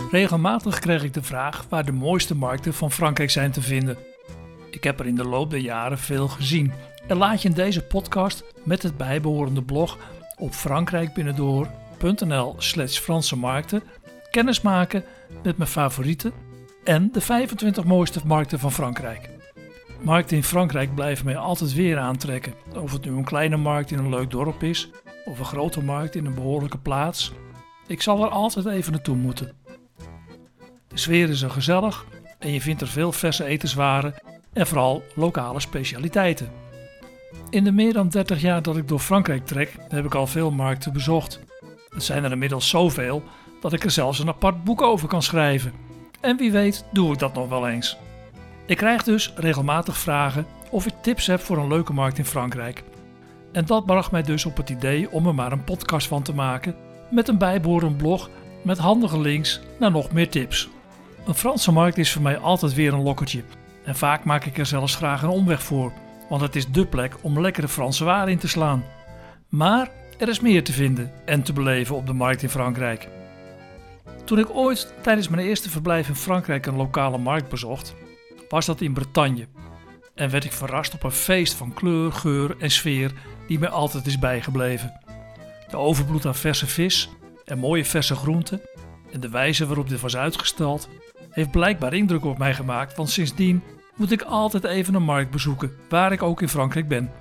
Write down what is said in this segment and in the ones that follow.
Regelmatig krijg ik de vraag waar de mooiste markten van Frankrijk zijn te vinden. Ik heb er in de loop der jaren veel gezien en laat je in deze podcast met het bijbehorende blog op frankrijkbinnendoor.nl/Franse markten kennis maken met mijn favorieten en de 25 mooiste markten van Frankrijk. Markten in Frankrijk blijven mij altijd weer aantrekken, of het nu een kleine markt in een leuk dorp is of een grote markt in een behoorlijke plaats. Ik zal er altijd even naartoe moeten. De sfeer is er gezellig en je vindt er veel verse etenswaren en vooral lokale specialiteiten. In de meer dan 30 jaar dat ik door Frankrijk trek, heb ik al veel markten bezocht. Het zijn er inmiddels zoveel dat ik er zelfs een apart boek over kan schrijven. En wie weet doe ik dat nog wel eens. Ik krijg dus regelmatig vragen of ik tips heb voor een leuke markt in Frankrijk. En dat bracht mij dus op het idee om er maar een podcast van te maken met een bijbehorend blog met handige links naar nog meer tips. Een Franse markt is voor mij altijd weer een lokkertje en vaak maak ik er zelfs graag een omweg voor, want het is dé plek om lekkere Franse waren in te slaan. Maar er is meer te vinden en te beleven op de markt in Frankrijk. Toen ik ooit tijdens mijn eerste verblijf in Frankrijk een lokale markt bezocht, was dat in Bretagne en werd ik verrast op een feest van kleur, geur en sfeer die mij altijd is bijgebleven. De overvloed aan verse vis en mooie verse groenten en de wijze waarop dit was uitgestald heeft blijkbaar indruk op mij gemaakt, want sindsdien moet ik altijd even een markt bezoeken, waar ik ook in Frankrijk ben.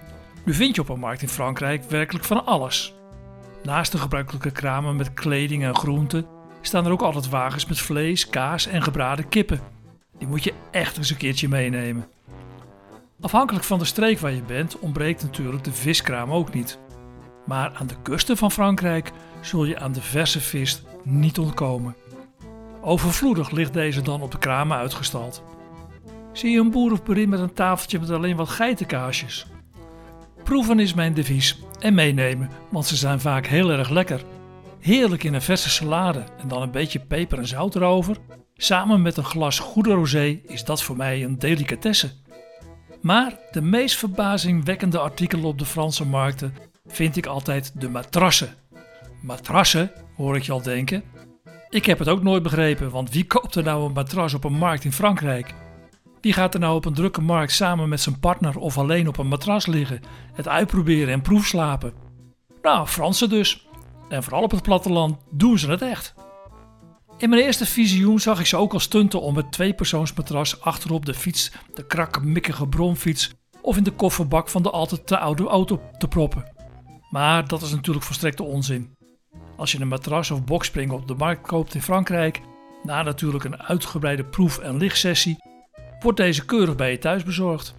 Nu vind je op een markt in Frankrijk werkelijk van alles. Naast de gebruikelijke kramen met kleding en groenten staan er ook altijd wagens met vlees, kaas en gebraden kippen. Die moet je echt eens een keertje meenemen. Afhankelijk van de streek waar je bent ontbreekt natuurlijk de viskraam ook niet. Maar aan de kusten van Frankrijk zul je aan de verse vis niet ontkomen. Overvloedig ligt deze dan op de kramen uitgestald. Zie je een boer of boerin met een tafeltje met alleen wat geitenkaasjes? Proeven is mijn devies en meenemen, want ze zijn vaak heel erg lekker. Heerlijk in een verse salade en dan een beetje peper en zout erover. Samen met een glas goede rosé is dat voor mij een delicatesse. Maar de meest verbazingwekkende artikelen op de Franse markten vind ik altijd de matrassen. Matrassen, hoor ik je al denken? Ik heb het ook nooit begrepen, want wie koopt er nou een matras op een markt in Frankrijk? Wie gaat er nou op een drukke markt samen met zijn partner of alleen op een matras liggen, het uitproberen en proefslapen? Nou, Fransen dus. En vooral op het platteland doen ze het echt. In mijn eerste visioen zag ik ze ook al stunten om het tweepersoonsmatras achterop de fiets, de krakkemikkige bromfiets of in de kofferbak van de altijd te oude auto te proppen. Maar dat is natuurlijk volstrekte onzin. Als je een matras of boxspring op de markt koopt in Frankrijk, na natuurlijk een uitgebreide proef- en lichtsessie, wordt deze keurig bij je thuis bezorgd.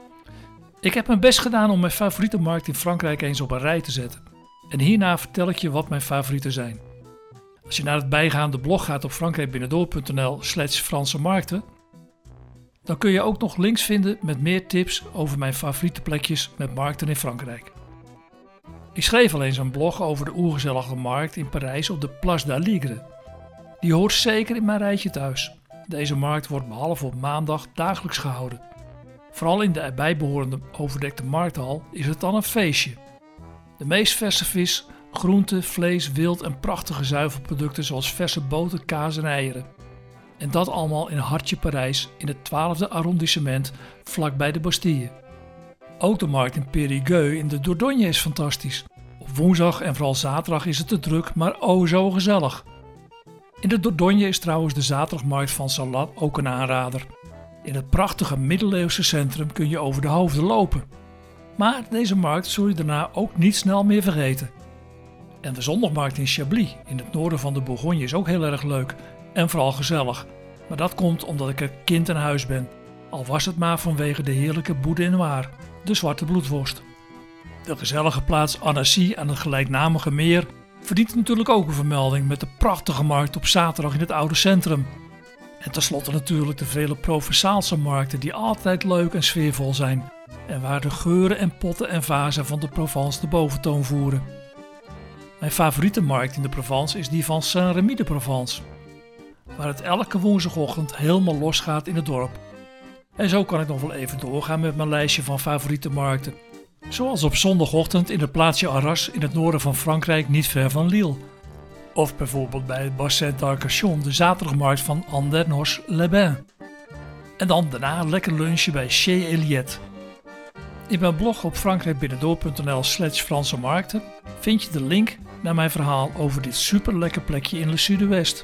Ik heb mijn best gedaan om mijn favoriete markt in Frankrijk eens op een rij te zetten. En hierna vertel ik je wat mijn favorieten zijn. Als je naar het bijgaande blog gaat op frankrijkbinnendoor.nl/Franse markten, dan kun je ook nog links vinden met meer tips over mijn favoriete plekjes met markten in Frankrijk. Ik schreef al eens een blog over de oergezellige markt in Parijs op de Place d'Aligre. Die hoort zeker in mijn rijtje thuis. Deze markt wordt behalve op maandag dagelijks gehouden. Vooral in de erbij behorende overdekte markthal is het dan een feestje. De meest verse vis, groenten, vlees, wild en prachtige zuivelproducten zoals verse boter, kaas en eieren. En dat allemaal in hartje Parijs in het 12e arrondissement vlakbij de Bastille. Ook de markt in Périgueux in de Dordogne is fantastisch. Op woensdag en vooral zaterdag is het te druk, maar oh zo gezellig. In de Dordogne is trouwens de zaterdagmarkt van Salat ook een aanrader. In het prachtige middeleeuwse centrum kun je over de hoofden lopen. Maar deze markt zul je daarna ook niet snel meer vergeten. En de zondagmarkt in Chablis in het noorden van de Bourgogne is ook heel erg leuk en vooral gezellig. Maar dat komt omdat ik er kind aan huis ben. Al was het maar vanwege de heerlijke boudin noir, de zwarte bloedworst. De gezellige plaats Annecy aan het gelijknamige meer verdient natuurlijk ook een vermelding met de prachtige markt op zaterdag in het oude centrum. En tenslotte natuurlijk de vele Provençaalse markten die altijd leuk en sfeervol zijn. En waar de geuren en potten en vazen van de Provence de boventoon voeren. Mijn favoriete markt in de Provence is die van Saint-Rémy-de-Provence. Waar het elke woensdagochtend helemaal losgaat in het dorp. En zo kan ik nog wel even doorgaan met mijn lijstje van favoriete markten. Zoals op zondagochtend in het plaatsje Arras in het noorden van Frankrijk niet ver van Lille. Of bijvoorbeeld bij het Bassin d'Arcachon, de zaterdagmarkt van Andernos-les-Bains. En dan daarna lekker lunchen bij Chez Eliette. In mijn blog op frankrijkbinnendoor.nl/Franse markten vind je de link naar mijn verhaal over dit super lekker plekje in Le Sud-Ouest.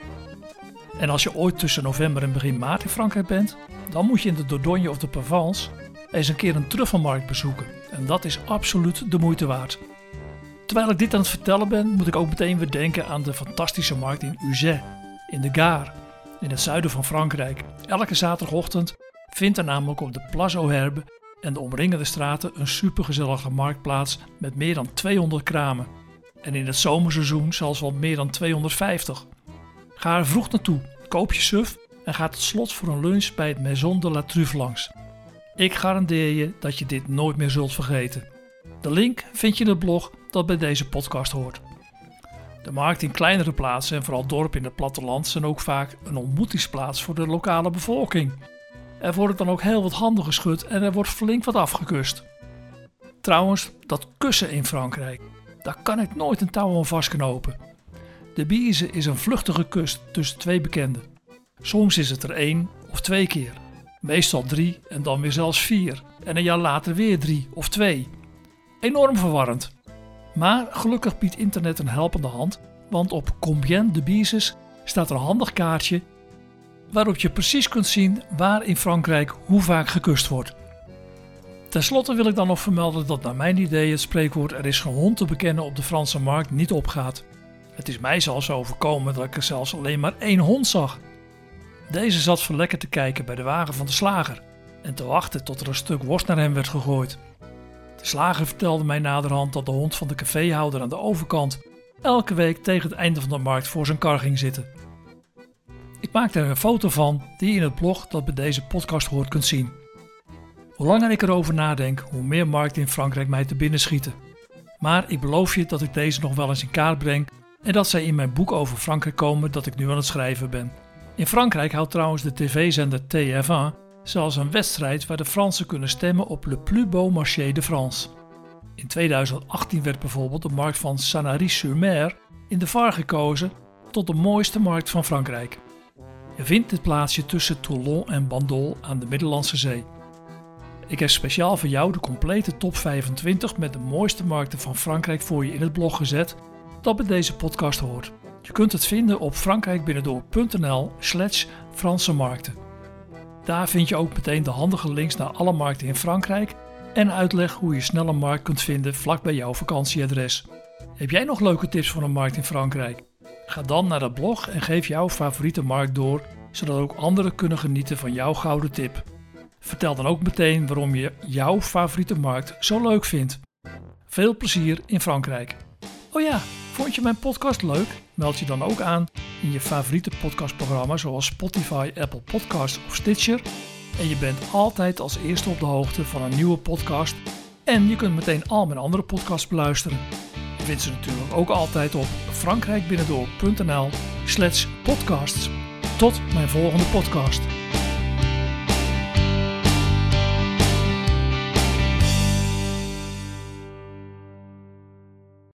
En als je ooit tussen november en begin maart in Frankrijk bent, dan moet je in de Dordogne of de Provence eens een keer een truffelmarkt bezoeken. En dat is absoluut de moeite waard. Terwijl ik dit aan het vertellen ben, moet ik ook meteen weer denken aan de fantastische markt in Uzès, in de Gare, in het zuiden van Frankrijk. Elke zaterdagochtend vindt er namelijk op de Place aux Herbes en de omringende straten een supergezellige marktplaats met meer dan 200 kramen. En in het zomerseizoen zelfs wel meer dan 250. Ga er vroeg naartoe, koop je suf en ga tot slot voor een lunch bij het Maison de la Truffe langs. Ik garandeer je dat je dit nooit meer zult vergeten. De link vind je in het blog dat bij deze podcast hoort. De markt in kleinere plaatsen en vooral dorpen in het platteland zijn ook vaak een ontmoetingsplaats voor de lokale bevolking. Er wordt dan ook heel wat handen geschud en er wordt flink wat afgekust. Trouwens, dat kussen in Frankrijk, daar kan ik nooit een touw aan vastknopen. De bise is een vluchtige kus tussen twee bekenden. Soms is het er 1 of 2 keer. Meestal 3 en dan weer zelfs 4. En een jaar later weer 3 of 2. Enorm verwarrend. Maar gelukkig biedt internet een helpende hand, want op Combien de Bises staat een handig kaartje waarop je precies kunt zien waar in Frankrijk hoe vaak gekust wordt. Ten slotte wil ik dan nog vermelden dat naar mijn idee het spreekwoord er is geen hond te bekennen op de Franse markt niet opgaat. Het is mij zelfs overkomen dat ik er zelfs alleen maar 1 hond zag. Deze zat verlekkerd te kijken bij de wagen van de slager en te wachten tot er een stuk worst naar hem werd gegooid. De slager vertelde mij naderhand dat de hond van de caféhouder aan de overkant elke week tegen het einde van de markt voor zijn kar ging zitten. Ik maakte er een foto van die je in het blog dat bij deze podcast hoort kunt zien. Hoe langer ik erover nadenk, hoe meer markten in Frankrijk mij te binnen schieten. Maar ik beloof je dat ik deze nog wel eens in kaart breng en dat zij in mijn boek over Frankrijk komen dat ik nu aan het schrijven ben. In Frankrijk houdt trouwens de tv-zender TF1 zelfs een wedstrijd waar de Fransen kunnen stemmen op Le Plus Beau Marché de France. In 2018 werd bijvoorbeeld de markt van Sanary-sur-Mer in de VAR gekozen tot de mooiste markt van Frankrijk. Je vindt dit plaatsje tussen Toulon en Bandol aan de Middellandse Zee. Ik heb speciaal voor jou de complete top 25 met de mooiste markten van Frankrijk voor je in het blog gezet dat bij deze podcast hoort. Je kunt het vinden op frankrijkbinnendoor.nl/Franse markten. Daar vind je ook meteen de handige links naar alle markten in Frankrijk en uitleg hoe je snel een markt kunt vinden vlak bij jouw vakantieadres. Heb jij nog leuke tips voor een markt in Frankrijk? Ga dan naar dat blog en geef jouw favoriete markt door, zodat ook anderen kunnen genieten van jouw gouden tip. Vertel dan ook meteen waarom je jouw favoriete markt zo leuk vindt. Veel plezier in Frankrijk. Oh ja, vond je mijn podcast leuk? Meld je dan ook aan in je favoriete podcastprogramma zoals Spotify, Apple Podcasts of Stitcher. En je bent altijd als eerste op de hoogte van een nieuwe podcast. En je kunt meteen al mijn andere podcasts beluisteren. Je vindt ze natuurlijk ook altijd op frankrijkbinnendoor.nl/podcasts. Tot mijn volgende podcast.